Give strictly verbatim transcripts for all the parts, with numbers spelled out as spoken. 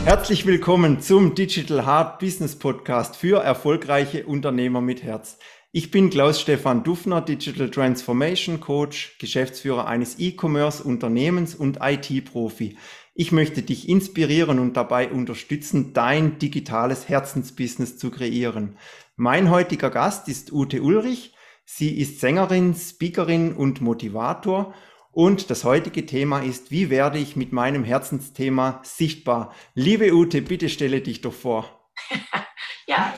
Herzlich willkommen zum Digital Heart Business Podcast für erfolgreiche Unternehmer mit Herz. Ich bin Klaus-Stefan Dufner, Digital Transformation Coach, Geschäftsführer eines E-Commerce-Unternehmens und I T-Profi. Ich möchte dich inspirieren und dabei unterstützen, dein digitales Herzensbusiness zu kreieren. Mein heutiger Gast ist Ute Ulrich. Sie ist Sängerin, Speakerin und Motivator. Und das heutige Thema ist, wie werde ich mit meinem Herzensthema sichtbar? Liebe Ute, bitte stelle dich doch vor. Ja.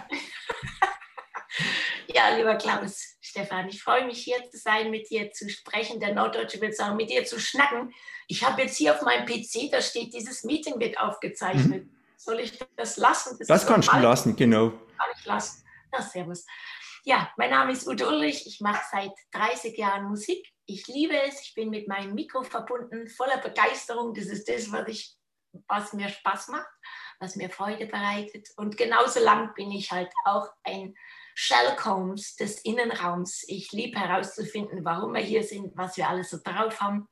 Ja, lieber Klaus, Stefan, ich freue mich, hier zu sein, mit dir zu sprechen. Der Norddeutsche will sagen, mit dir zu schnacken. Ich habe jetzt hier auf meinem P C, da steht, dieses Meeting wird aufgezeichnet. Mhm. Soll ich das lassen? Das, das kannst du lassen, genau. Kann ich lassen. Na, servus. Ja, mein Name ist Ute Ulrich. Ich mache seit dreißig Jahren Musik. Ich liebe es. Ich bin mit meinem Mikro verbunden, voller Begeisterung. Das ist das, was, ich, was mir Spaß macht, was mir Freude bereitet. Und genauso lang bin ich halt auch ein Sherlock Holmes des Innenraums. Ich liebe herauszufinden, warum wir hier sind, was wir alles so drauf haben.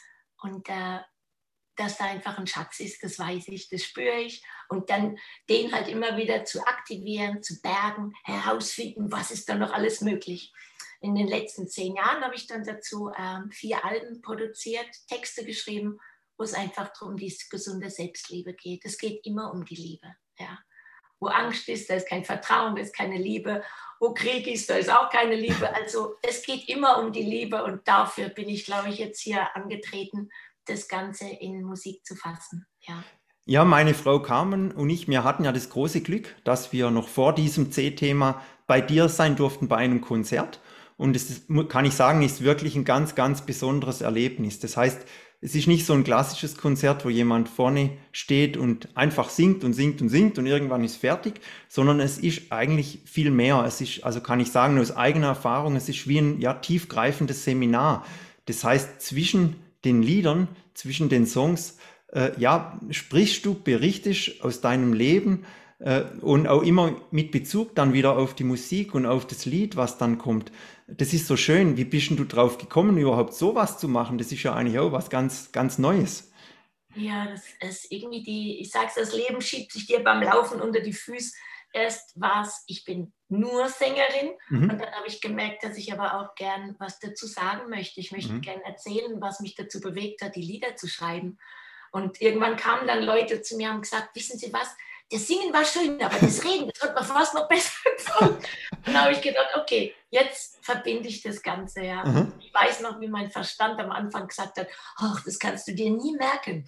Und äh, dass da einfach ein Schatz ist, das weiß ich, das spüre ich. Und dann den halt immer wieder zu aktivieren, zu bergen, herausfinden, was ist da noch alles möglich. In den letzten zehn Jahren habe ich dann dazu ähm, vier Alben produziert, Texte geschrieben, wo es einfach darum die gesunde Selbstliebe geht. Es geht immer um die Liebe. Ja. Wo Angst ist, da ist kein Vertrauen, da ist keine Liebe. Wo Krieg ist, da ist auch keine Liebe. Also es geht immer um die Liebe und dafür bin ich, glaube ich, jetzt hier angetreten, das Ganze in Musik zu fassen. Ja. Ja, meine Frau Carmen und ich, wir hatten ja das große Glück, dass wir noch vor diesem C-Thema bei dir sein durften bei einem Konzert. Und es ist, kann ich sagen, ist wirklich ein ganz, ganz besonderes Erlebnis. Das heißt, es ist nicht so ein klassisches Konzert, wo jemand vorne steht und einfach singt und singt und singt und irgendwann ist fertig, sondern es ist eigentlich viel mehr. Es ist, also kann ich sagen, aus eigener Erfahrung, es ist wie ein ja, tiefgreifendes Seminar. Das heißt, zwischen den Liedern, zwischen den Songs, äh, ja, sprichst du, berichtest aus deinem Leben äh, und auch immer mit Bezug dann wieder auf die Musik und auf das Lied, was dann kommt. Das ist so schön. Wie bist denn du drauf gekommen, überhaupt sowas zu machen? Das ist ja eigentlich auch was ganz, ganz Neues. Ja, das ist irgendwie die, ich sag's, das Leben schiebt sich dir beim Laufen unter die Füße. Erst war es, ich bin nur Sängerin mhm. und dann habe ich gemerkt, dass ich aber auch gern was dazu sagen möchte. Ich möchte mhm. gern erzählen, was mich dazu bewegt hat, die Lieder zu schreiben. Und irgendwann kamen dann Leute zu mir und haben gesagt, wissen Sie was, das Singen war schön, aber das Reden, das hat mir fast noch besser gefallen. Und dann habe ich gedacht, okay, jetzt verbinde ich das Ganze. Ja. Mhm. Ich weiß noch, wie mein Verstand am Anfang gesagt hat, ach, das kannst du dir nie merken.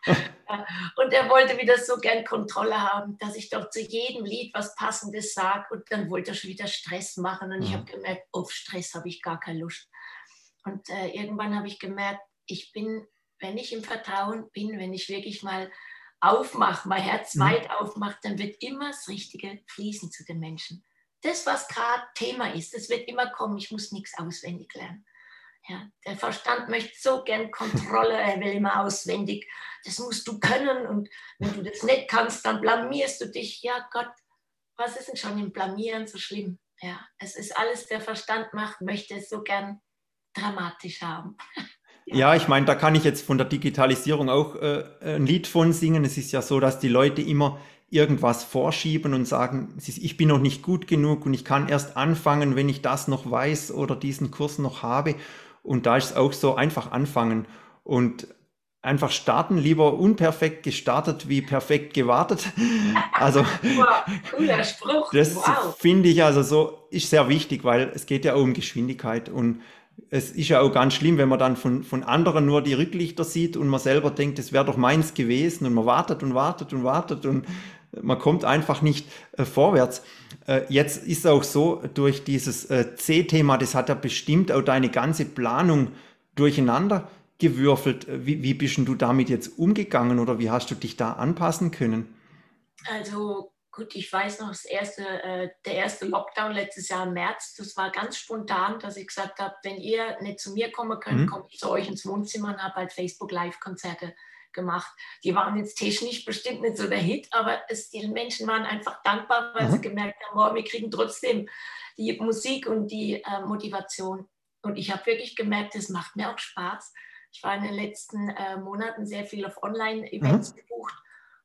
Und er wollte wieder so gern Kontrolle haben, dass ich doch zu jedem Lied was Passendes sage. Und dann wollte er schon wieder Stress machen. Und mhm. ich habe gemerkt, auf Stress habe ich gar keine Lust. Und äh, irgendwann habe ich gemerkt, ich bin, wenn ich im Vertrauen bin, wenn ich wirklich mal aufmache, mein Herz mhm. weit aufmache, dann wird immer das Richtige fließen zu den Menschen. Das, was gerade Thema ist, das wird immer kommen. Ich muss nichts auswendig lernen. Ja, der Verstand möchte so gern Kontrolle, er will immer auswendig. Das musst du können und wenn du das nicht kannst, dann blamierst du dich. Ja Gott, was ist denn schon im Blamieren so schlimm? Ja, es ist alles, der Verstand macht, möchte es so gern dramatisch haben. Ja, ja, ich meine, da kann ich jetzt von der Digitalisierung auch äh, ein Lied von singen. Es ist ja so, dass die Leute immer irgendwas vorschieben und sagen, ich bin noch nicht gut genug und ich kann erst anfangen, wenn ich das noch weiß oder diesen Kurs noch habe. Und da ist es auch so, einfach anfangen und einfach starten, lieber unperfekt gestartet wie perfekt gewartet. Also wow, cooler Spruch. Das wow. finde ich also so, ist sehr wichtig, weil es geht ja auch um Geschwindigkeit und es ist ja auch ganz schlimm, wenn man dann von, von anderen nur die Rücklichter sieht und man selber denkt, das wäre doch meins gewesen und man wartet und wartet und wartet und man kommt einfach nicht äh, vorwärts. Äh, jetzt ist auch so, durch dieses äh, C-Thema, das hat ja bestimmt auch deine ganze Planung durcheinander gewürfelt. Wie, wie bist denn du damit jetzt umgegangen oder wie hast du dich da anpassen können? Also gut, ich weiß noch, das erste, äh, der erste Lockdown letztes Jahr im März, das war ganz spontan, dass ich gesagt habe, wenn ihr nicht zu mir kommen könnt, mhm. komme ich zu euch ins Wohnzimmer und habe halt Facebook-Live-Konzerte gemacht. Die waren jetzt technisch bestimmt nicht so der Hit, aber es, die Menschen waren einfach dankbar, weil mhm. sie gemerkt haben, oh, wir kriegen trotzdem die Musik und die äh, Motivation. Und ich habe wirklich gemerkt, es macht mir auch Spaß. Ich war in den letzten äh, Monaten sehr viel auf Online-Events mhm. gebucht.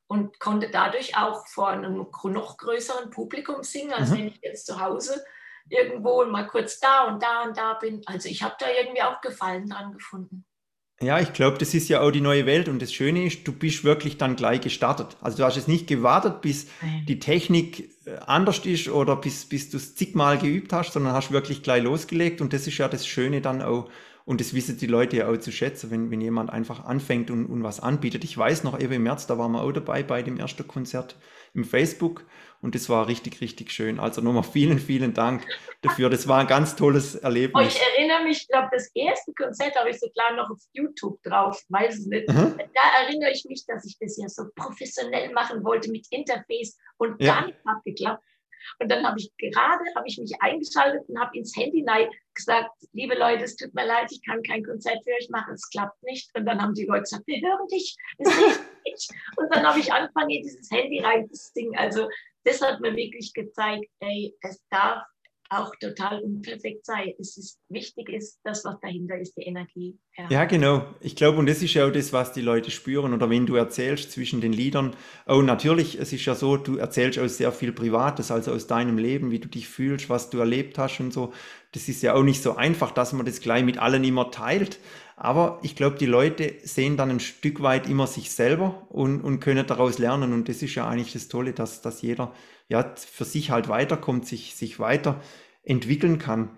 und konnte dadurch auch vor einem noch größeren Publikum singen, als Mhm. wenn ich jetzt zu Hause irgendwo mal kurz da und da und da bin. Also ich habe da irgendwie auch Gefallen dran gefunden. Ja, ich glaube, das ist ja auch die neue Welt und das Schöne ist, du bist wirklich dann gleich gestartet. Also du hast jetzt nicht gewartet, bis Nein. die Technik äh, anders ist oder bis, bis du es zigmal geübt hast, sondern hast wirklich gleich losgelegt und das ist ja das Schöne dann auch und das wissen die Leute ja auch zu schätzen, wenn, wenn jemand einfach anfängt und, und was anbietet. Ich weiß noch, eben im März, da waren wir auch dabei bei dem ersten Konzert im Facebook und das war richtig, richtig schön. Also nochmal vielen, vielen Dank dafür. Das war ein ganz tolles Oh, ich Erlebnis. erinnere mich, ich glaube, das erste Konzert habe ich sogar noch auf YouTube drauf, weiß es nicht. Mhm. Da erinnere ich mich, dass ich das ja so professionell machen wollte mit Interface und Ja. gar nicht hat geklappt. Und dann habe ich gerade, habe ich mich eingeschaltet und habe ins Handy rein gesagt, liebe Leute, es tut mir leid, ich kann kein Konzert für euch machen, es klappt nicht. Und dann haben die Leute gesagt, wir hören dich, wir sehen dich. Und dann habe ich angefangen, in dieses Handy reinzusingen. Also das hat mir wirklich gezeigt, ey, es darf auch total unperfekt sein. Es ist wichtig ist, das, was dahinter ist, die Energie. Ja. Ja, genau. Ich glaube, und das ist ja auch das, was die Leute spüren. Oder wenn du erzählst zwischen den Liedern. Oh, natürlich, es ist ja so, du erzählst auch sehr viel Privates, also aus deinem Leben, wie du dich fühlst, was du erlebt hast und so. Das ist ja auch nicht so einfach, dass man das gleich mit allen immer teilt. Aber ich glaube, die Leute sehen dann ein Stück weit immer sich selber und, und können daraus lernen. Und das ist ja eigentlich das Tolle, dass, dass jeder ja für sich halt weiterkommt, sich, sich weiterentwickeln kann.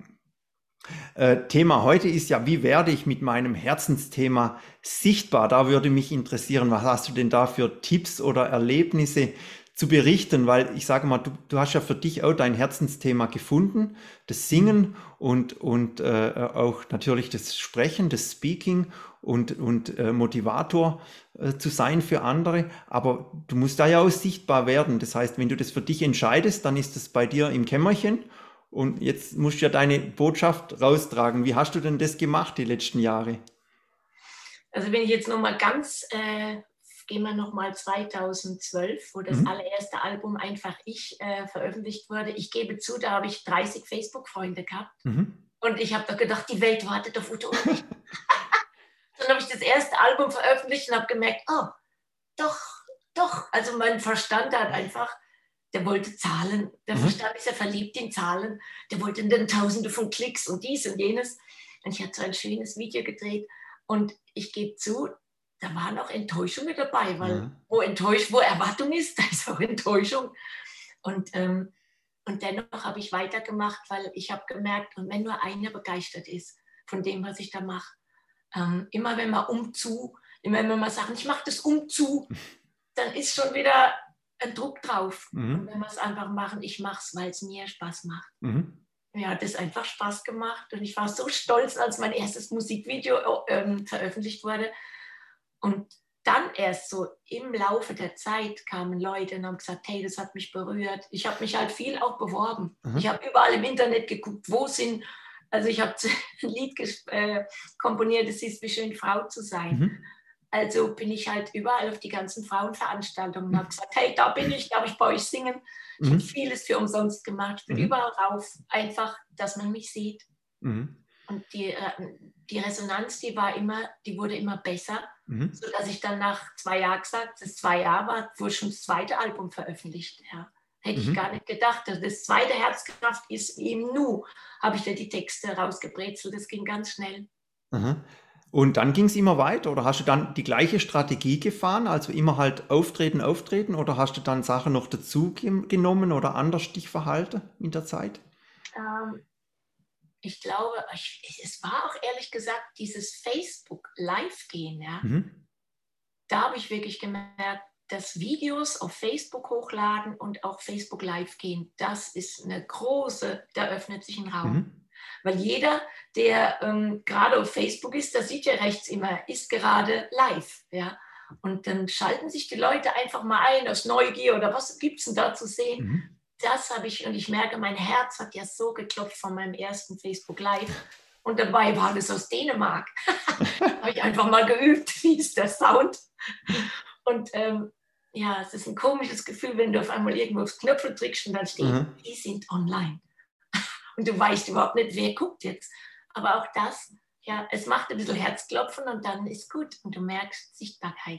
Äh, Thema heute ist ja, wie werde ich mit meinem Herzensthema sichtbar? Da würde mich interessieren, was hast du denn da für Tipps oder Erlebnisse zu berichten? Weil ich sage mal, du, du hast ja für dich auch dein Herzensthema gefunden, das Singen und, und äh, auch natürlich das Sprechen, das Speaking und, und äh, Motivator äh, zu sein für andere. Aber du musst da ja auch sichtbar werden. Das heißt, wenn du das für dich entscheidest, dann ist das bei dir im Kämmerchen. Und jetzt musst du ja deine Botschaft raustragen. Wie hast du denn das gemacht die letzten Jahre? Also wenn ich jetzt nochmal ganz, äh, gehen wir nochmal zweitausendzwölf, wo das Mhm. allererste Album Einfach Ich äh, veröffentlicht wurde. Ich gebe zu, da habe ich dreißig Facebook-Freunde gehabt. Mhm. Und ich habe doch gedacht, die Welt wartet auf Ute und mich. Dann habe ich das erste Album veröffentlicht und habe gemerkt, oh, doch, doch. Also mein Verstand hat einfach, der wollte Zahlen. Der Mhm. Verstand ist ja verliebt in Zahlen. Der wollte dann Tausende von Klicks und dies und jenes. Und ich hatte so ein schönes Video gedreht. Und ich gebe zu, da waren auch Enttäuschungen dabei, weil Mhm. wo, Enttäusch, wo Erwartung ist, da ist auch Enttäuschung. Und, ähm, und dennoch habe ich weitergemacht, weil ich habe gemerkt, und wenn nur einer begeistert ist von dem, was ich da mache, ähm, immer wenn man umzu, immer wenn man sagt, ich mache das umzu, dann ist schon wieder ein Druck drauf. Mhm. Und wenn wir es einfach machen, ich mache es, weil es mir Spaß macht. Mhm. Mir hat es einfach Spaß gemacht und ich war so stolz, als mein erstes Musikvideo ähm, veröffentlicht wurde. Und dann erst so im Laufe der Zeit kamen Leute und haben gesagt, hey, das hat mich berührt. Ich habe mich halt viel auch beworben. Mhm. Ich habe überall im Internet geguckt, wo sind, also ich habe ein Lied äh, komponiert, es ist wie schön, Frau zu sein. Mhm. Also bin ich halt überall auf die ganzen Frauenveranstaltungen und habe gesagt, hey, da bin ich, darf ich bei euch singen? Ich habe Mhm. vieles für umsonst gemacht, ich bin Mhm. überall rauf, einfach, dass man mich sieht. Mhm. Und die, äh, die Resonanz, die war immer, die wurde immer besser, Mhm. sodass ich dann nach zwei Jahren gesagt, das zwei Jahre war, wurde schon das zweite Album veröffentlicht. Ja. Hätte ich Mhm. gar nicht gedacht. Also das zweite Herzkraft ist wie im Nu, habe ich da die Texte rausgebrezelt, das ging ganz schnell. Mhm. Und dann ging es immer weiter oder hast du dann die gleiche Strategie gefahren, also immer halt auftreten, auftreten oder hast du dann Sachen noch dazu gem- genommen oder anders dich verhalten in der Zeit? Ähm, ich glaube, ich, es war auch ehrlich gesagt dieses Facebook-Live-Gehen, ja. Mhm. Da habe ich wirklich gemerkt, dass Videos auf Facebook hochladen und auch Facebook Live gehen, das ist eine große, da öffnet sich ein Raum. Mhm. Weil jeder, der ähm, gerade auf Facebook ist, da sieht ja rechts immer, ist gerade live. Ja? Und dann schalten sich die Leute einfach mal ein aus Neugier oder was gibt es denn da zu sehen? Mhm. Das habe ich, und ich merke, mein Herz hat ja so geklopft von meinem ersten Facebook Live. Und dabei war das aus Dänemark. Da habe ich einfach mal geübt, wie ist der Sound. Und ähm, ja, es ist ein komisches Gefühl, wenn du auf einmal irgendwo aufs Knöpfel drückst und dann steht, Mhm. die sind online. Und du weißt überhaupt nicht, wer guckt jetzt. Aber auch das, ja, es macht ein bisschen Herzklopfen und dann ist gut. Und du merkst Sichtbarkeit.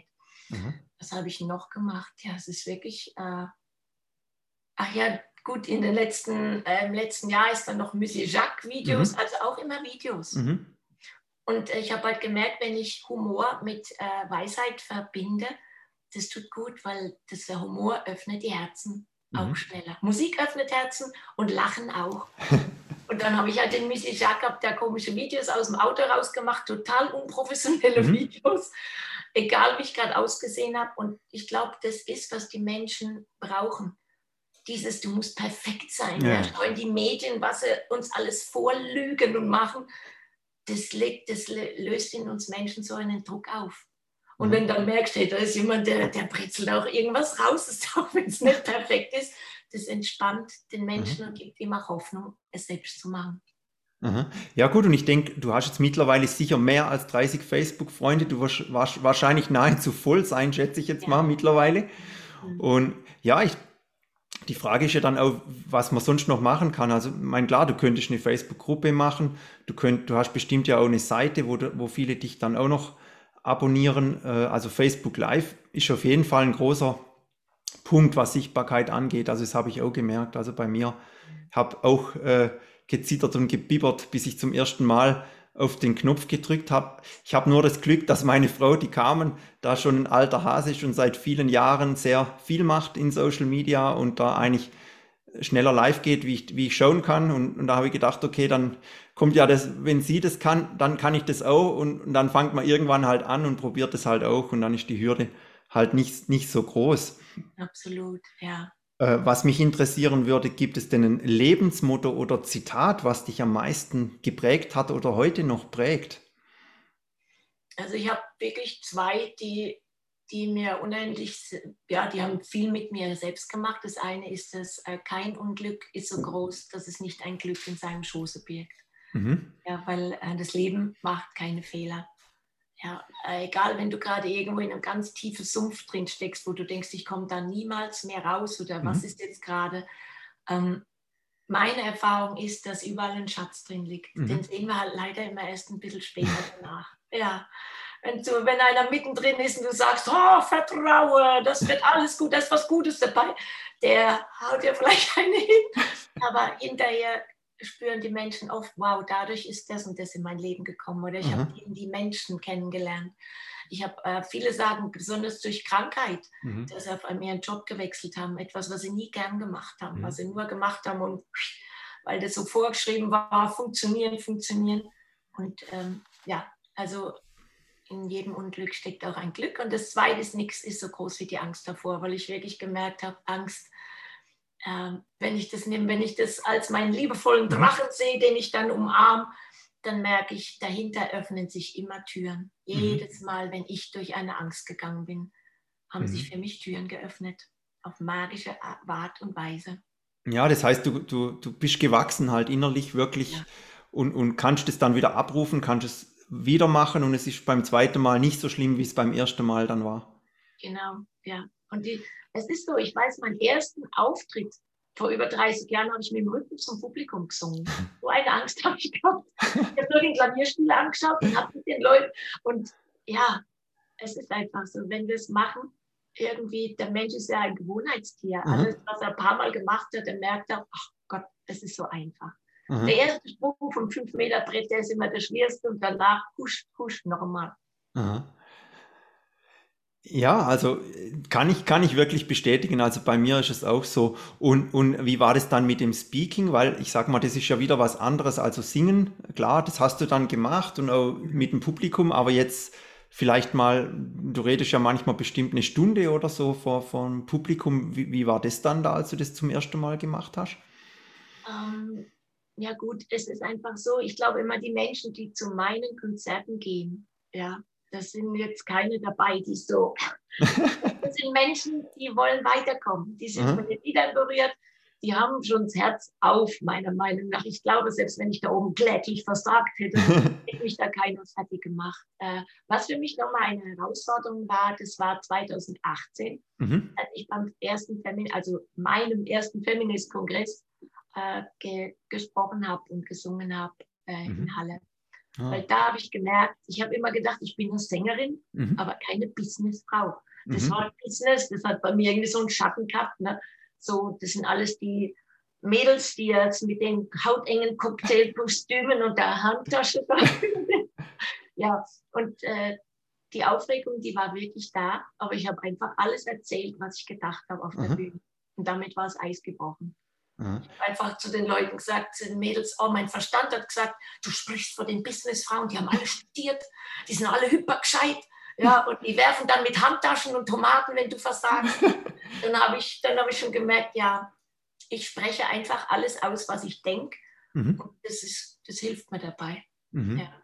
Mhm. Was habe ich noch gemacht? Ja, es ist wirklich, äh, ach ja, gut, in den letzten, äh, im letzten Jahr ist dann noch Monsieur Jacques Videos, Mhm. also auch immer Videos. Mhm. Und äh, ich habe halt gemerkt, wenn ich Humor mit äh, Weisheit verbinde, das tut gut, weil das, der Humor öffnet die Herzen auch Mhm. schneller. Musik öffnet Herzen und Lachen auch. Und dann habe ich halt den Monsieur Jacques gehabt, der komische Videos aus dem Auto rausgemacht, total unprofessionelle Mhm. Videos, egal wie ich gerade ausgesehen habe. Und ich glaube, das ist, was die Menschen brauchen. Dieses, du musst perfekt sein. Ja? Ja. Schauen die Medien, was sie uns alles vorlügen und machen, das, legt, das löst in uns Menschen so einen Druck auf. Und Mhm. wenn du dann merkst, hey, da ist jemand, der, der britzelt auch irgendwas raus, auch wenn es nicht perfekt ist, das entspannt den Menschen Mhm. und gibt ihm auch Hoffnung, es selbst zu machen. Aha. Ja gut, und ich denke, du hast jetzt mittlerweile sicher mehr als dreißig Facebook-Freunde. Du wirst wasch- wahrscheinlich nahezu voll sein, schätze ich jetzt mal Ja. mittlerweile. Mhm. Und ja, ich, die Frage ist ja dann auch, was man sonst noch machen kann. Also, mein klar, du könntest eine Facebook-Gruppe machen. Du könnt, du hast bestimmt ja auch eine Seite, wo, du, wo viele dich dann auch noch abonnieren. Äh, Also Facebook Live ist auf jeden Fall ein großer Punkt, was Sichtbarkeit angeht. Also das habe ich auch gemerkt. Also bei mir habe auch äh, gezittert und gebibbert, bis ich zum ersten Mal auf den Knopf gedrückt habe. Ich habe nur das Glück, dass meine Frau, die Carmen, da schon ein alter Hase ist und seit vielen Jahren sehr viel macht in Social Media und da eigentlich schneller live geht, wie ich, wie ich schauen kann. Und, und da habe ich gedacht, okay, dann kommt ja das, wenn sie das kann, dann kann ich das auch. Und, und dann fängt man irgendwann halt an und probiert das halt auch. Und dann ist die Hürde halt nicht, nicht so groß. Absolut, ja. Äh, was mich interessieren würde, gibt es denn ein Lebensmotto oder Zitat, was dich am meisten geprägt hat oder heute noch prägt? Also ich habe wirklich zwei, die, die mir unendlich, ja, die haben viel mit mir selbst gemacht. Das eine ist, dass äh, kein Unglück ist so groß, dass es nicht ein Glück in seinem Schoße birgt. Mhm. Ja, weil äh, das Leben macht keine Fehler. Ja, äh, egal, wenn du gerade irgendwo in einem ganz tiefen Sumpf drin steckst, wo du denkst, ich komme da niemals mehr raus oder was Mhm. ist jetzt gerade. Ähm, meine Erfahrung ist, dass überall ein Schatz drin liegt. Den Mhm. sehen wir halt leider immer erst ein bisschen später danach. Ja, wenn, du, wenn einer mittendrin ist und du sagst, oh, vertraue, das wird alles gut, da ist was Gutes dabei, der haut dir vielleicht eine hin. Aber hinterher spüren die Menschen oft, wow, dadurch ist das und das in mein Leben gekommen oder ich habe Aha. die, die Menschen kennengelernt. Ich habe, äh, viele sagen, besonders durch Krankheit, Mhm. dass sie auf einmal ihren Job gewechselt haben, etwas, was sie nie gern gemacht haben, was Mhm. sie nur gemacht haben und weil das so vorgeschrieben war, funktionieren, funktionieren. Und ähm, ja, also in jedem Unglück steckt auch ein Glück. Und das Zweite ist, nichts ist so groß wie die Angst davor, weil ich wirklich gemerkt habe, Angst, ähm, wenn ich das nehme, wenn ich das als meinen liebevollen Mhm. Drachen sehe, den ich dann umarme, dann merke ich, dahinter öffnen sich immer Türen. Mhm. Jedes Mal, wenn ich durch eine Angst gegangen bin, haben sich Mhm. für mich Türen geöffnet. Auf magische Art und Weise. Ja, das heißt, du, du, du bist gewachsen halt innerlich wirklich Ja, und, und kannst es dann wieder abrufen, kannst es wieder machen und es ist beim zweiten Mal nicht so schlimm, wie es beim ersten Mal dann war. genau. Ja. Und die, es ist so, ich weiß, meinen ersten Auftritt vor über dreißig Jahren habe ich mit dem Rücken zum Publikum gesungen. So eine Angst habe ich gehabt. Ich habe nur den Klavierspiel angeschaut und habe mit den Leuten. Und ja, es ist einfach so, wenn wir es machen, irgendwie, der Mensch ist ja ein Gewohnheitstier. Aha, Alles, was er ein paar Mal gemacht hat, er merkt er, ach Gott, es ist so einfach. Der aha, erste Sprung vom fünf Meter Brett, der ist immer der schwerste und danach husch, husch, nochmal. aha. Ja, also äh, kann ich, kann ich wirklich bestätigen. Also bei mir ist es auch so. Und, und wie war das dann mit dem Speaking? Weil ich sag mal, das ist ja wieder was anderes als Singen. Klar, das hast du dann gemacht und auch mit dem Publikum, aber jetzt vielleicht mal, du redest ja manchmal bestimmt eine Stunde oder so vor, vor dem Publikum. Wie, wie war das dann da, als du das zum ersten Mal gemacht hast? Ähm, ja gut, es ist einfach so, ich glaube immer die Menschen, die zu meinen Konzerten gehen, ja, das sind jetzt keine dabei, die so, das sind Menschen, die wollen weiterkommen, die sind von Aha. den Liedern berührt, die haben schon das Herz auf, meiner Meinung nach. Ich glaube, selbst wenn ich da oben kläglich versagt hätte, hätte mich da keiner fertig gemacht. Äh, was für mich nochmal eine Herausforderung war, das war zweitausendachtzehn, Mhm. als ich beim ersten Femin also meinem ersten Feminist-Kongress äh, ge gesprochen habe und gesungen habe äh, in Mhm. Halle. Ah. Weil da habe ich gemerkt, ich habe immer gedacht, ich bin eine Sängerin, Mhm. aber keine Businessfrau. Das Mhm. Wort Business, das hat bei mir irgendwie so einen Schatten gehabt. Ne? So, das sind alles die Mädels, die jetzt mit den hautengen Cocktailkostümen und der Handtasche da. Ja, und äh, die Aufregung, die war wirklich da, aber ich habe einfach alles erzählt, was ich gedacht habe auf der Aha. Bühne. Und damit war das Eis gebrochen. Aha. Ich habe einfach zu den Leuten gesagt, zu den Mädels, oh, mein Verstand hat gesagt, du sprichst vor den Businessfrauen, die haben alle studiert, die sind alle hypergescheit, ja, und die werfen dann mit Handtaschen und Tomaten, wenn du versagst. Dann habe ich, dann habe ich schon gemerkt, ja, ich spreche einfach alles aus, was ich denke. Mhm. Und das ist, das hilft mir dabei. Mhm. Ja.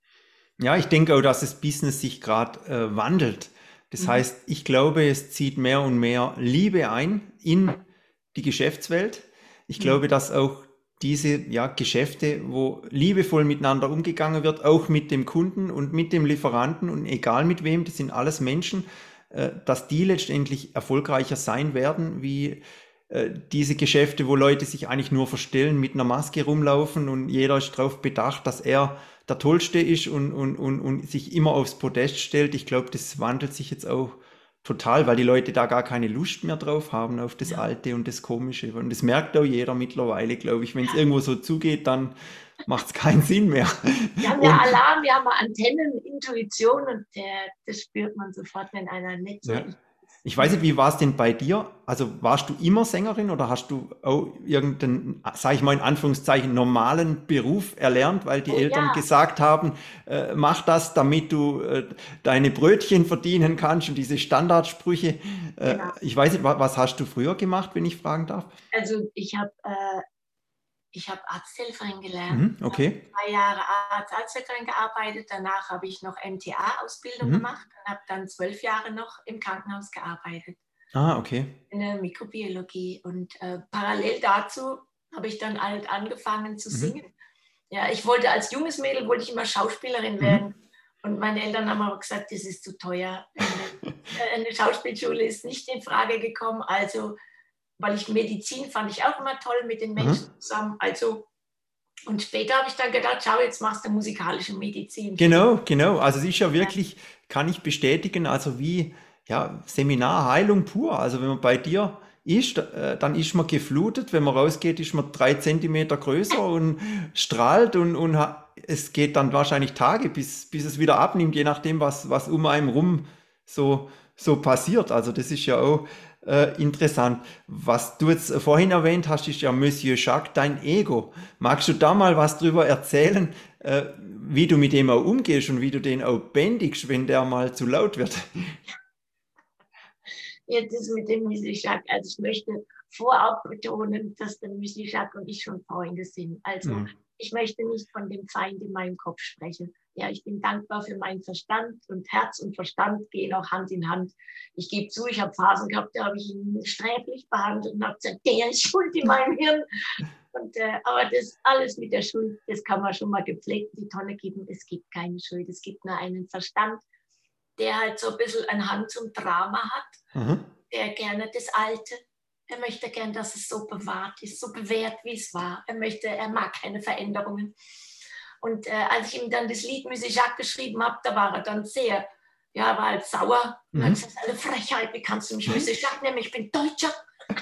Ja, ich denke auch, dass das Business sich gerade äh, wandelt. Das Mhm. heißt, ich glaube, es zieht mehr und mehr Liebe ein in die Geschäftswelt. Ich glaube, dass auch diese ja, Geschäfte, wo liebevoll miteinander umgegangen wird, auch mit dem Kunden und mit dem Lieferanten und egal mit wem, das sind alles Menschen, äh, dass die letztendlich erfolgreicher sein werden, wie äh, diese Geschäfte, wo Leute sich eigentlich nur verstellen, mit einer Maske rumlaufen und jeder ist darauf bedacht, dass er der Tollste ist und, und, und, und sich immer aufs Podest stellt. Ich glaube, das wandelt sich jetzt auch total, weil die Leute da gar keine Lust mehr drauf haben, auf das Ja. Alte und das Komische. Und das merkt auch jeder mittlerweile, glaube ich. Wenn es Ja. irgendwo so zugeht, dann macht es keinen Sinn mehr. Wir haben Und, ja Alarm, wir haben Antennen, Intuition und der, das spürt man sofort, wenn einer nicht so ja. ist. Ich weiß nicht, wie war es denn bei dir? Also warst du immer Sängerin oder hast du auch irgendeinen, sage ich mal in Anführungszeichen, normalen Beruf erlernt, weil die Oh Eltern ja, gesagt haben, äh, mach das, damit du äh, deine Brötchen verdienen kannst und diese Standardsprüche. Äh, genau. ich weiß nicht, wa- was hast du früher gemacht, wenn ich fragen darf? Also ich habe äh, ich hab Arzthelferin gelernt, Mhm, habe okay. zwei Jahre als Arzthelferin gearbeitet, danach habe ich noch M T A-Ausbildung Mhm. gemacht und habe dann zwölf Jahre noch im Krankenhaus gearbeitet, Ah, okay. in der Mikrobiologie. Und äh, parallel dazu habe ich dann halt angefangen zu Mhm. singen. Ja, ich wollte als junges Mädel wollte ich immer Schauspielerin werden. Mhm. Und meine Eltern haben aber gesagt, das ist zu teuer. Eine, eine Schauspielschule ist nicht in Frage gekommen. Also, weil ich Medizin fand ich auch immer toll mit den Menschen Mhm. zusammen. Also, und später habe ich dann gedacht, schau, jetzt machst du musikalische Medizin. Genau, genau. Also es ist ja Ja, wirklich, kann ich bestätigen, also wie ja, Seminarheilung pur. Also wenn man bei dir ist, äh, dann ist man geflutet. Wenn man rausgeht, ist man drei Zentimeter größer und strahlt und, und ha- es geht dann wahrscheinlich Tage, bis, bis es wieder abnimmt, je nachdem, was, was um einen rum so, so passiert. Also das ist ja auch äh, interessant. Was du jetzt vorhin erwähnt hast, ist ja Monsieur Jacques, dein Ego. Magst du da mal was drüber erzählen? Äh, wie du mit dem auch umgehst und wie du den auch bändigst, wenn der mal zu laut wird. jetzt ist mit dem Musischak. Also ich möchte vorab betonen, dass der Musischak und ich schon Freunde sind. Also Mhm. ich möchte nicht von dem Feind in meinem Kopf sprechen. Ja, ich bin dankbar für meinen Verstand und Herz und Verstand gehen auch Hand in Hand. Ich gebe zu, ich habe Phasen gehabt, da habe ich ihn sträflich behandelt und habe gesagt, der ist schuld in meinem Hirn. Und, äh, aber das alles mit der Schuld, das kann man schon mal gepflegt in die Tonne geben. Es gibt keine Schuld, es gibt nur einen Verstand, der halt so ein bisschen einen Hang zum Drama hat, Mhm. der gerne das Alte, er möchte gern, dass es so bewahrt ist, so bewährt, wie es war. Er möchte, er mag keine Veränderungen. Und äh, als ich ihm dann das Lied Monsieur Jacques geschrieben habe, da war er dann sehr, ja, war halt sauer. Und hat Mhm. gesagt, eine Frechheit, wie kannst du mich Monsieur Jacques nennen? Ich bin Deutscher.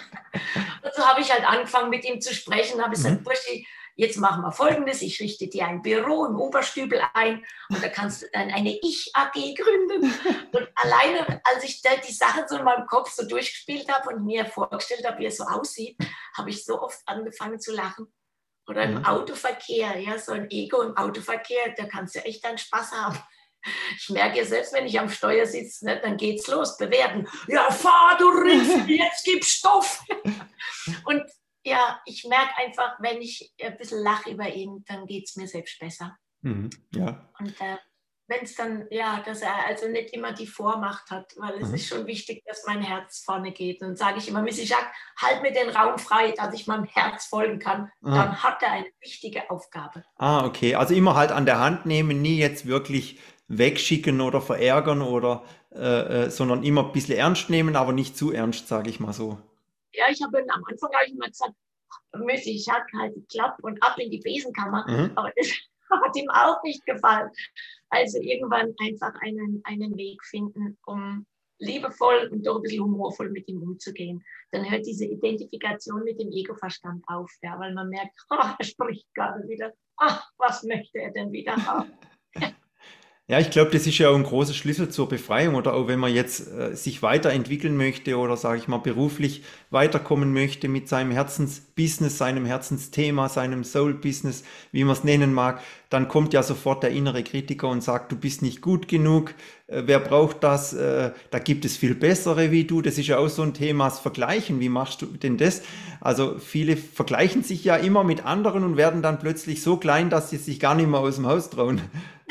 Und so habe ich halt angefangen, mit ihm zu sprechen, habe gesagt, Mhm. Burschi, jetzt machen wir Folgendes, ich richte dir ein Büro im Oberstübel ein und da kannst du dann eine Ich-A G gründen. Und alleine, als ich da die Sache so in meinem Kopf so durchgespielt habe und mir vorgestellt habe, wie er so aussieht, habe ich so oft angefangen zu lachen. Oder im Mhm. Autoverkehr, ja, so ein Ego im Autoverkehr, da kannst du echt einen Spaß haben. Ich merke ja selbst, wenn ich am Steuer sitze, ne, dann geht's los, bewerten. Ja, fahr, du Riff, jetzt gib Stoff. Und ja, ich merke einfach, wenn ich ein bisschen lache über ihn, dann geht es mir selbst besser. Mhm. Ja. Und äh, wenn es dann, ja, dass er also nicht immer die Vormacht hat, weil es Mhm. ist schon wichtig, dass mein Herz vorne geht. Und sage ich immer, Missy Jacques, halt mir den Raum frei, dass ich meinem Herz folgen kann. Ah. Dann hat er eine wichtige Aufgabe. Ah, okay. Also immer halt an der Hand nehmen, nie jetzt wirklich wegschicken oder verärgern oder, äh, äh, sondern immer ein bisschen ernst nehmen, aber nicht zu ernst, sage ich mal so. Ja, ich habe am Anfang habe ich immer gesagt, Missy Jacques, halt die Klappe und ab in die Besenkammer. Mhm. Aber das hat ihm auch nicht gefallen. Also irgendwann einfach einen, einen Weg finden, um liebevoll und doch ein bisschen humorvoll mit ihm umzugehen. Dann hört diese Identifikation mit dem Ego-Verstand auf, ja, weil man merkt, oh, er spricht gerade wieder. Ach, was möchte er denn wieder haben? Ja, ich glaube, das ist ja auch ein großer Schlüssel zur Befreiung oder auch wenn man jetzt äh, sich weiterentwickeln möchte oder sage ich mal beruflich weiterkommen möchte mit seinem Herzensbusiness, seinem Herzensthema, seinem Soul-Business, wie man es nennen mag, dann kommt ja sofort der innere Kritiker und sagt, du bist nicht gut genug, äh, wer braucht das, äh, da gibt es viel bessere wie du, das ist ja auch so ein Thema, das Vergleichen, wie machst du denn das? Also viele vergleichen sich ja immer mit anderen und werden dann plötzlich so klein, dass sie sich gar nicht mehr aus dem Haus trauen.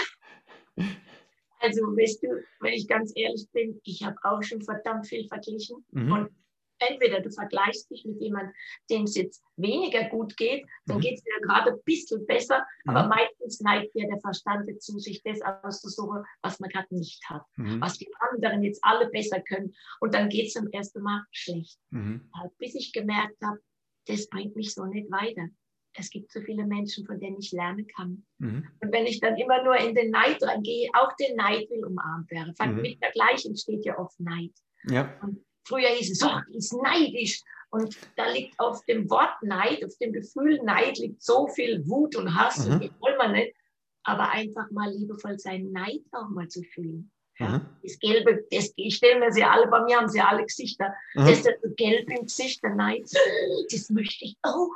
Also, weißt du, wenn ich ganz ehrlich bin, ich habe auch schon verdammt viel verglichen. Mhm. Und entweder du vergleichst dich mit jemandem, dem es jetzt weniger gut geht, dann Mhm. geht es dir gerade ein bisschen besser, Mhm. aber meistens neigt dir der Verstand dazu, sich das auszusuchen, was man gerade nicht hat, Mhm. was die anderen jetzt alle besser können. Und dann geht es zum ersten Mal schlecht. Mhm. Bis ich gemerkt habe, das bringt mich so nicht weiter. Es gibt so viele Menschen, von denen ich lernen kann. Mhm. Und wenn ich dann immer nur in den Neid reingehe, auch den Neid will umarmt werden. Mhm. Mit der gleichen entsteht ja oft Neid. Ja. Und früher hieß es, oh, die ist neidisch. Und da liegt auf dem Wort Neid, auf dem Gefühl Neid, liegt so viel Wut und Hass. Mhm. Und das wollen wir nicht. Aber einfach mal liebevoll seinen Neid auch mal zu fühlen. Ja, Mhm. das Gelbe, das, ich stelle mir sie alle, bei mir haben sie alle Gesichter. Mhm. Das ist so gelb im Gesicht, der Neid, das möchte ich auch.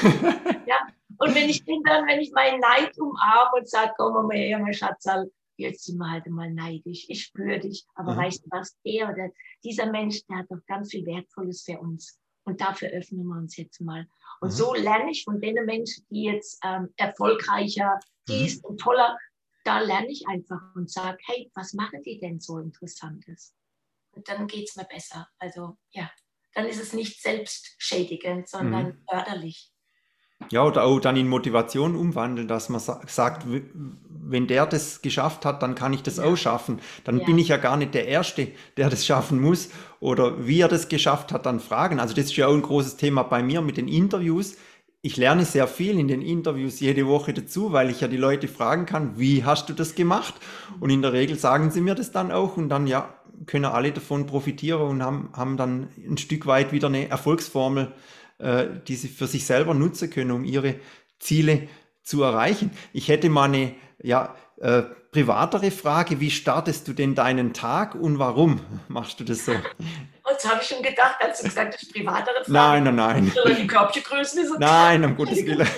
Ja, und wenn ich den dann, wenn ich meinen Neid umarme und sage, komm mal her, mein Schatzal, jetzt sind wir halt mal neidisch, ich spüre dich, aber Mhm. weißt du was, der oder dieser Mensch, der hat doch ganz viel Wertvolles für uns. Und dafür öffnen wir uns jetzt mal. Und Mhm. so lerne ich von den Menschen, die jetzt ähm, erfolgreicher, dies Mhm. und toller, da lerne ich einfach und sage, hey, was machen die denn so Interessantes? Und dann geht es mir besser. Also ja, dann ist es nicht selbstschädigend, sondern Mhm. förderlich. Ja, oder auch dann in Motivation umwandeln, dass man sa sagt, w- wenn der das geschafft hat, dann kann ich das Ja. auch schaffen. Dann Ja. bin ich ja gar nicht der Erste, der das schaffen muss. Oder wie er das geschafft hat, dann fragen. Also das ist ja auch ein großes Thema bei mir mit den Interviews. Ich lerne sehr viel in den Interviews jede Woche dazu, weil ich ja die Leute fragen kann, wie hast du das gemacht? Und in der Regel sagen sie mir das dann auch und dann ja, können alle davon profitieren und haben, haben dann ein Stück weit wieder eine Erfolgsformel, äh, die sie für sich selber nutzen können, um ihre Ziele zu erreichen. Ich hätte mal eine ja, äh, privatere Frage. Wie startest du denn deinen Tag und warum machst du das so? Und das habe ich schon gedacht, als du gesagt hast, privatere Fragen. Nein, nein, nein. Oder die Körbchengrößen ist so. Nein, um Gottes Willen.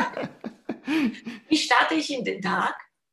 Wie starte ich in den Tag?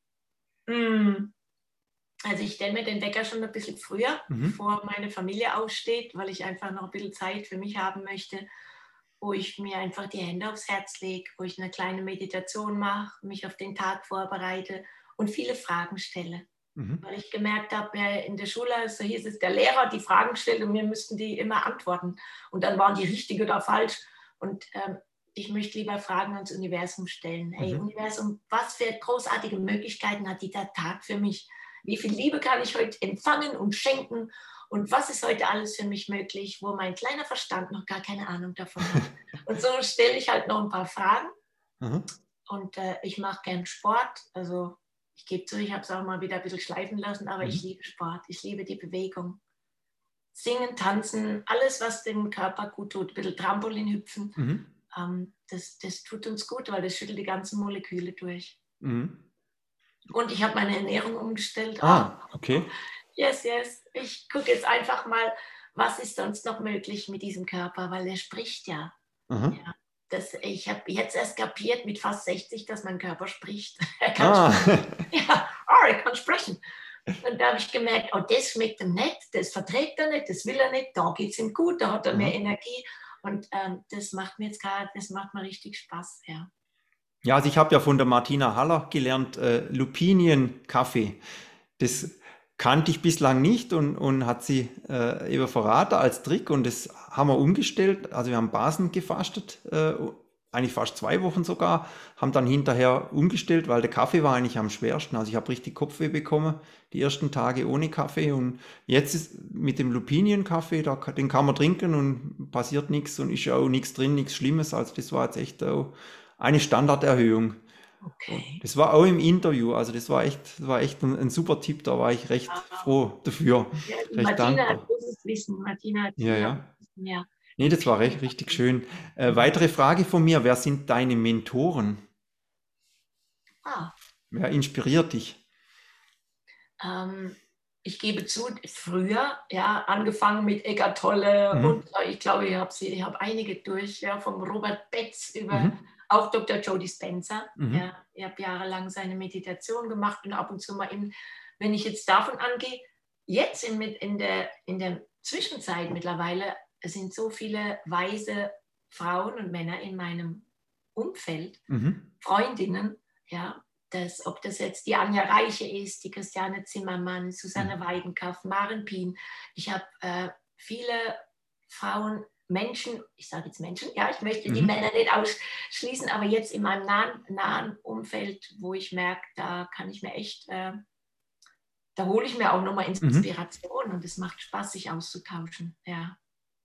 Hm. Also ich stelle mir den Wecker schon ein bisschen früher, Mhm. bevor meine Familie aufsteht, weil ich einfach noch ein bisschen Zeit für mich haben möchte, wo ich mir einfach die Hände aufs Herz lege, wo ich eine kleine Meditation mache, mich auf den Tag vorbereite und viele Fragen stelle. Mhm. Weil ich gemerkt habe, ja, in der Schule, so hieß es, der Lehrer hat die Fragen gestellt und wir müssten die immer antworten. Und dann waren die richtig oder falsch. Und ähm, ich möchte lieber Fragen ans Universum stellen. Hey, Mhm. Universum, was für großartige Möglichkeiten hat dieser Tag für mich? Wie viel Liebe kann ich heute empfangen und schenken? Und was ist heute alles für mich möglich, wo mein kleiner Verstand noch gar keine Ahnung davon hat? Und so stelle ich halt noch ein paar Fragen. Mhm. Und äh, ich mache gern Sport. Also ich gebe zu, ich habe es auch mal wieder ein bisschen schleifen lassen, aber Mhm. ich liebe Sport. Ich liebe die Bewegung. Singen, tanzen, alles, was dem Körper gut tut. Ein bisschen Trampolin hüpfen. Mhm. Ähm, das, das tut uns gut, weil das schüttelt die ganzen Moleküle durch. Mhm. Und ich habe meine Ernährung umgestellt. Ah, okay. Yes, yes. Ich gucke jetzt einfach mal, was ist sonst noch möglich mit diesem Körper, weil er spricht ja. Mhm. Ja, das, ich habe jetzt erst kapiert mit fast sechzig, dass mein Körper spricht. Er kann Ah. sprechen. Ja, oh, er kann sprechen. Und da habe ich gemerkt, oh, das schmeckt ihm nicht, das verträgt er nicht, das will er nicht, da geht es ihm gut, da hat er mehr Mhm. Energie. Und ähm, das macht mir jetzt gerade, das macht mir richtig Spaß, ja. Ja, also ich habe ja von der Martina Haller gelernt, äh, Lupinienkaffee. Das kannte ich bislang nicht und, und hat sie äh, eben verraten als Trick und das haben wir umgestellt. Also wir haben Basen gefastet, äh, eigentlich fast zwei Wochen sogar, haben dann hinterher umgestellt, weil der Kaffee war eigentlich am schwersten. Also ich habe richtig Kopfweh bekommen, die ersten Tage ohne Kaffee und jetzt ist mit dem Lupinienkaffee, da, den kann man trinken und passiert nichts und ist ja auch nichts drin, nichts Schlimmes. Also das war jetzt echt auch eine Standarderhöhung. Okay. Das war auch im Interview, also das war echt, das war echt ein, ein super Tipp, da war ich recht Ah, froh dafür, ja, die recht Martina hat dankbar. großes Wissen. Martina hat Ja, viel ja. Wissen, ja. Nee, das war recht, Vielen richtig Dank. schön. Äh, Mhm. weitere Frage von mir, wer sind deine Mentoren? Ah, Wer inspiriert dich? ähm, ich gebe zu, früher, ja, angefangen mit Eckart Tolle und Mhm, äh, ich glaube, ich habe sie, ich habe einige durch, ja, vom Robert Betz über mhm, auch Doktor Joe Dispenza. mhm, Ja, ich habe jahrelang seine Meditation gemacht und ab und zu mal in, wenn ich jetzt davon angehe, jetzt in, in, der, in der Zwischenzeit mittlerweile sind so viele weise Frauen und Männer in meinem Umfeld, mhm, Freundinnen, ja, das, ob das jetzt die Anja Reiche ist, die Christiane Zimmermann, mhm, Susanne Weidenkauf, Maren Pien. Ich habe äh, viele Frauen, Menschen, ich sage jetzt Menschen, ja, ich möchte die mhm, Männer nicht ausschließen, aber jetzt in meinem nahen, nahen Umfeld, wo ich merke, da kann ich mir echt, äh, da hole ich mir auch nochmal mhm. Inspiration und es macht Spaß, sich auszutauschen. Ja.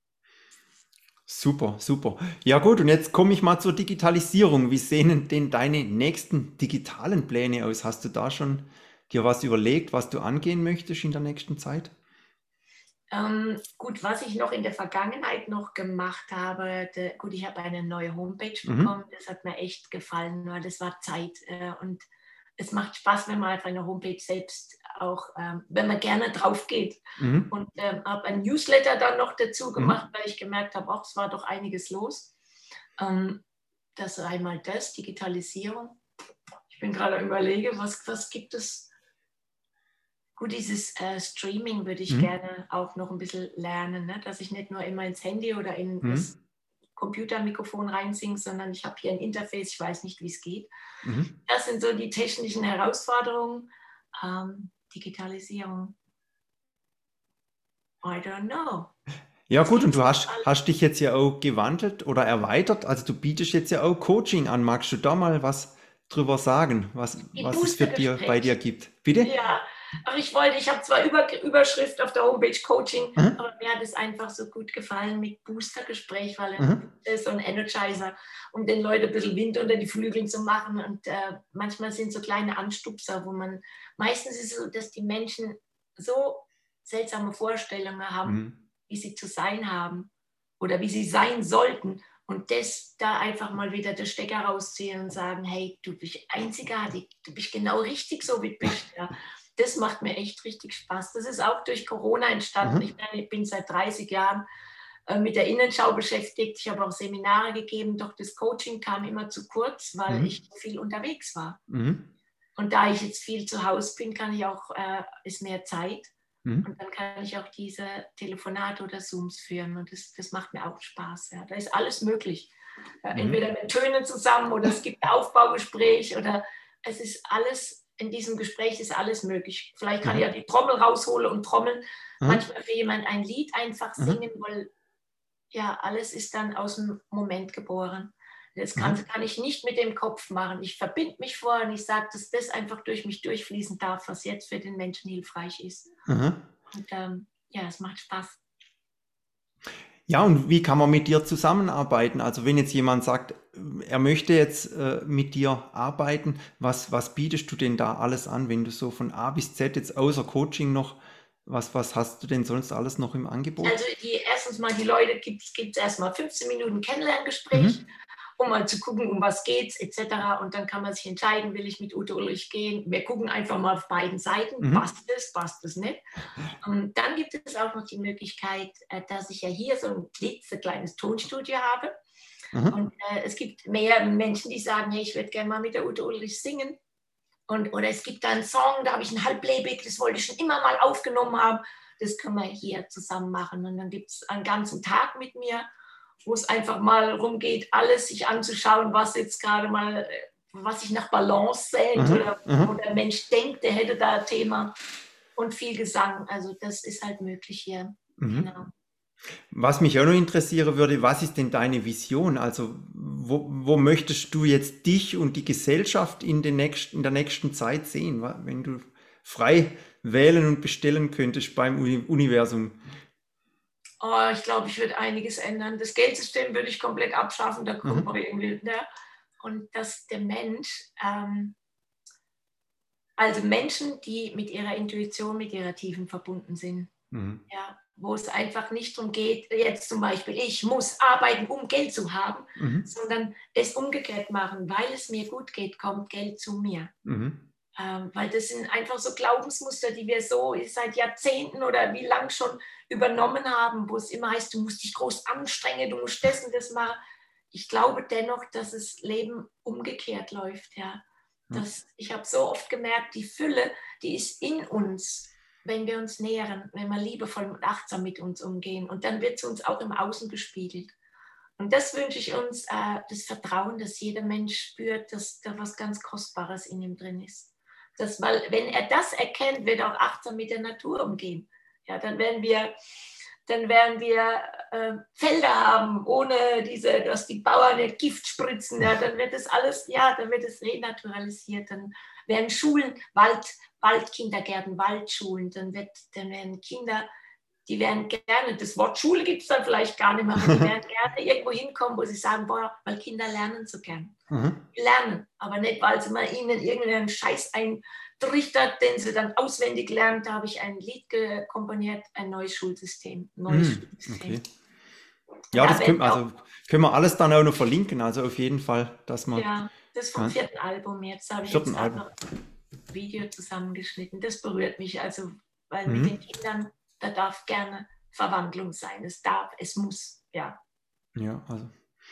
Super, super. Ja gut, und jetzt komme ich mal zur Digitalisierung. Wie sehen denn deine nächsten digitalen Pläne aus? Hast du da schon dir was überlegt, was du angehen möchtest in der nächsten Zeit? Ähm, gut, was ich noch in der Vergangenheit noch gemacht habe, de, gut, ich habe eine neue Homepage bekommen, Mhm, das hat mir echt gefallen, weil das war Zeit äh, und es macht Spaß, wenn man auf einer Homepage selbst auch, ähm, wenn man gerne drauf geht. mhm, Und ähm, habe ein Newsletter dann noch dazu gemacht, mhm. weil ich gemerkt habe, auch es war doch einiges los. Ähm, das einmal das, Digitalisierung. Ich bin gerade überlege, was, was gibt es. Gut, dieses äh, Streaming würde ich Mhm. gerne auch noch ein bisschen lernen, ne? Dass ich nicht nur immer ins Handy oder in das Mhm. Computermikrofon reinsinge, sondern ich habe hier ein Interface, ich weiß nicht, wie es geht. Mhm. Das sind so die technischen Herausforderungen. Ähm, Digitalisierung, I don't know. Ja Was gut, und gibt es du noch hast, alles? hast dich jetzt ja auch gewandelt oder erweitert. Also du bietest jetzt ja auch Coaching an. Magst du da mal was drüber sagen, was, Die was es für dir bei dir Boostergespräche. gibt? Bitte? Ja, aber ich wollte, ich habe zwar Über, Überschrift auf der Homepage Coaching, Mhm. aber mir hat es einfach so gut gefallen mit Boostergespräch, weil ein Mhm. Booster ist so ein Energizer, um den Leuten ein bisschen Wind unter die Flügel zu machen. Und äh, manchmal sind so kleine Anstupser, wo man, meistens ist es so, dass die Menschen so seltsame Vorstellungen haben, Mhm. wie sie zu sein haben oder wie sie sein sollten. Und das da einfach mal wieder den Stecker rausziehen und sagen, hey, du bist einzigartig, du bist genau richtig so, wie du bist. Ja. Das macht mir echt richtig Spaß. Das ist auch durch Corona entstanden. Ich Mhm. bin, ich bin seit dreißig Jahren äh, mit der Innenschau beschäftigt. Ich habe auch Seminare gegeben, doch das Coaching kam immer zu kurz, weil ich Mhm. so viel unterwegs war. Mhm. Und da ich jetzt viel zu Hause bin, kann ich auch, äh, ist mehr Zeit. Mhm. Und dann kann ich auch diese Telefonate oder Zooms führen. Und das, das macht mir auch Spaß. Ja. Da ist alles möglich. Ja, entweder Mhm. mit Tönen zusammen oder es gibt ein Aufbaugespräch oder es ist alles, in diesem Gespräch ist alles möglich. Vielleicht kann ich ja Mhm. die Trommel rausholen und trommeln. Mhm. Manchmal für jemand ein Lied einfach Mhm. singen, weil ja, alles ist dann aus dem Moment geboren. Das kann, Mhm. kann ich nicht mit dem Kopf machen. Ich verbinde mich vor und ich sage, dass das einfach durch mich durchfließen darf, was jetzt für den Menschen hilfreich ist. Mhm. Und ähm, ja, es macht Spaß. Ja, und wie kann man mit dir zusammenarbeiten? Also wenn jetzt jemand sagt, er möchte jetzt äh, mit dir arbeiten, was, was bietest du denn da alles an, wenn du so von A bis Z jetzt außer Coaching noch, was, was hast du denn sonst alles noch im Angebot? Also die, erstens mal die Leute gibt es erstmal fünfzehn Minuten Kennenlerngespräch, Mhm. um mal zu gucken, um was geht's, et cetera. Und dann kann man sich entscheiden, will ich mit Ute Ulrich gehen. Wir gucken einfach mal auf beiden Seiten, Mhm. passt es, passt es nicht. Und dann gibt es auch noch die Möglichkeit, äh, dass ich ja hier so ein klitzekleines Tonstudio habe. Und Mhm. äh, es gibt mehr Menschen, die sagen, hey, ich würde gerne mal mit der Ute Ulrich singen. Und, oder es gibt da einen Song, da habe ich ein Halbplayback, das wollte ich schon immer mal aufgenommen haben. Das können wir hier zusammen machen. Und dann gibt es einen ganzen Tag mit mir, wo es einfach mal rumgeht, alles sich anzuschauen, was jetzt gerade mal, äh, was sich nach Balance zählt Mhm. oder wo Mhm. der Mensch denkt, der hätte da ein Thema. Und viel Gesang. Also das ist halt möglich hier. Mhm. Genau. Was mich auch noch interessieren würde, was ist denn deine Vision? Also wo, wo möchtest du jetzt dich und die Gesellschaft in, den nächsten, in der nächsten Zeit sehen, wa- wenn du frei wählen und bestellen könntest beim Uni Universum? Oh, ich glaube, ich würde einiges ändern. Das Geldsystem würde ich komplett abschaffen. Da kommt man Mhm. irgendwie, ne? und dass der Mensch, ähm, also Menschen, die mit ihrer Intuition, mit ihrer Tiefen verbunden sind, mhm. ja, wo es einfach nicht darum geht, jetzt zum Beispiel, ich muss arbeiten, um Geld zu haben, mhm. sondern es umgekehrt machen, weil es mir gut geht, kommt Geld zu mir. Mhm. Ähm, weil das sind einfach so Glaubensmuster, die wir so seit Jahrzehnten oder wie lang schon übernommen haben, wo es immer heißt, du musst dich groß anstrengen, du musst das und das machen. Ich glaube dennoch, dass das Leben umgekehrt läuft. Ja. Das, ich habe so oft gemerkt, die Fülle, die ist in uns, wenn wir uns nähern, wenn wir liebevoll und achtsam mit uns umgehen. Und dann wird es uns auch im Außen gespiegelt. Und das wünsche ich uns, äh, das Vertrauen, dass jeder Mensch spürt, dass da was ganz Kostbares in ihm drin ist. Das, weil wenn er das erkennt, wird er auch achtsam mit der Natur umgehen. Ja, dann werden wir, dann werden wir äh, Felder haben, ohne diese, dass die Bauern nicht Gift spritzen. Ja, dann wird das alles, ja, dann wird es renaturalisiert. Dann werden Schulen, Wald, Waldkindergärten, Waldschulen. Dann, wird, dann werden Kinder, die werden gerne, das Wort Schule gibt es dann vielleicht gar nicht mehr, aber die werden gerne irgendwo hinkommen, wo sie sagen, boah, weil Kinder lernen so gern. Mhm. Lernen, aber nicht, weil sie mal ihnen irgendeinen Scheiß eintrichtert, den sie dann auswendig lernen. Da habe ich ein Lied komponiert, ein neues Schulsystem. Neues mhm. Schulsystem. Okay. Ja, da das können, also, können wir alles dann auch noch verlinken, also auf jeden Fall, dass man... Ja, das ist vom ja. vierten Album jetzt, habe ich jetzt einfach ein Video zusammengeschnitten. Das berührt mich, also, weil mhm. mit den Kindern, da darf gerne Verwandlung sein. Es darf, es muss, ja. Ja, also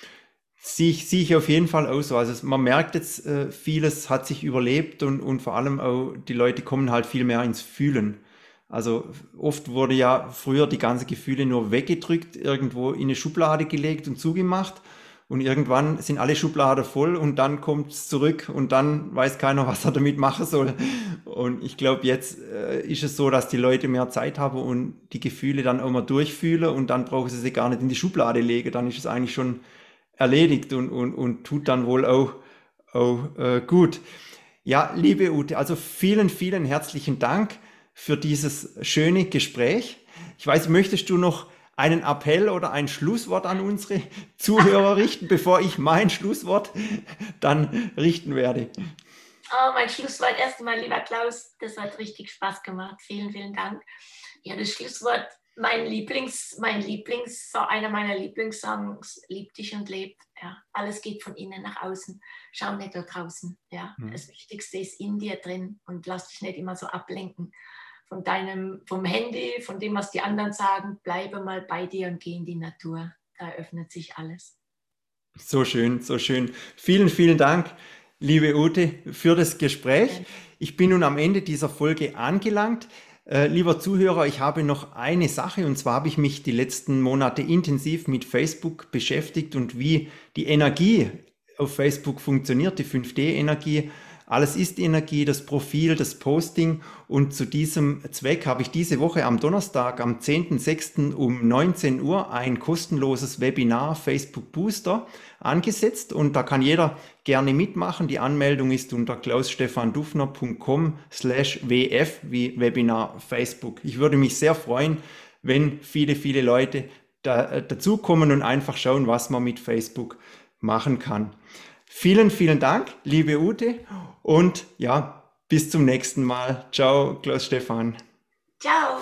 sehe ich, sehe ich auf jeden Fall auch so. Also man merkt jetzt, äh, vieles hat sich überlebt und, und vor allem auch die Leute kommen halt viel mehr ins Fühlen. Also oft wurde ja früher die ganzen Gefühle nur weggedrückt, irgendwo in eine Schublade gelegt und zugemacht. Und irgendwann sind alle Schubladen voll und dann kommt es zurück und dann weiß keiner, was er damit machen soll. Und ich glaube, jetzt äh, ist es so, dass die Leute mehr Zeit haben und die Gefühle dann auch mal durchfühlen und dann brauchen sie sie gar nicht in die Schublade legen. Dann ist es eigentlich schon erledigt und, und, und tut dann wohl auch, auch äh, gut. Ja, liebe Ute, also vielen, vielen herzlichen Dank für dieses schöne Gespräch. Ich weiß, möchtest du noch einen Appell oder ein Schlusswort an unsere Zuhörer richten, bevor ich mein Schlusswort dann richten werde? Oh, mein Schlusswort erst einmal, lieber Klaus, das hat richtig Spaß gemacht. Vielen, vielen Dank. Ja, das Schlusswort, mein Lieblings, mein Lieblings, so einer meiner Lieblingssongs, Lieb dich und lebt. Ja, alles geht von innen nach außen. Schau nicht da draußen. Ja, mhm. Das Wichtigste ist in dir drin und lass dich nicht immer so ablenken von deinem, vom Handy, von dem, was die anderen sagen. Bleibe mal bei dir und geh in die Natur. Da öffnet sich alles. So schön, so schön. Vielen, vielen Dank, liebe Ute, für das Gespräch. Ich bin nun am Ende dieser Folge angelangt. Äh, lieber Zuhörer, ich habe noch eine Sache, und zwar habe ich mich die letzten Monate intensiv mit Facebook beschäftigt und wie die Energie auf Facebook funktioniert, die fünf D Energie. Alles ist Energie, das Profil, das Posting, und zu diesem Zweck habe ich diese Woche am Donnerstag, am zehnten sechsten um neunzehn Uhr ein kostenloses Webinar Facebook Booster angesetzt, und da kann jeder gerne mitmachen. Die Anmeldung ist unter klausstefandufner punkt com slash w f wie Webinar Facebook. Ich würde mich sehr freuen, wenn viele, viele Leute da, dazukommen und einfach schauen, was man mit Facebook machen kann. Vielen, vielen Dank, liebe Ute, und ja, bis zum nächsten Mal. Ciao, Klaus Stefan. Ciao.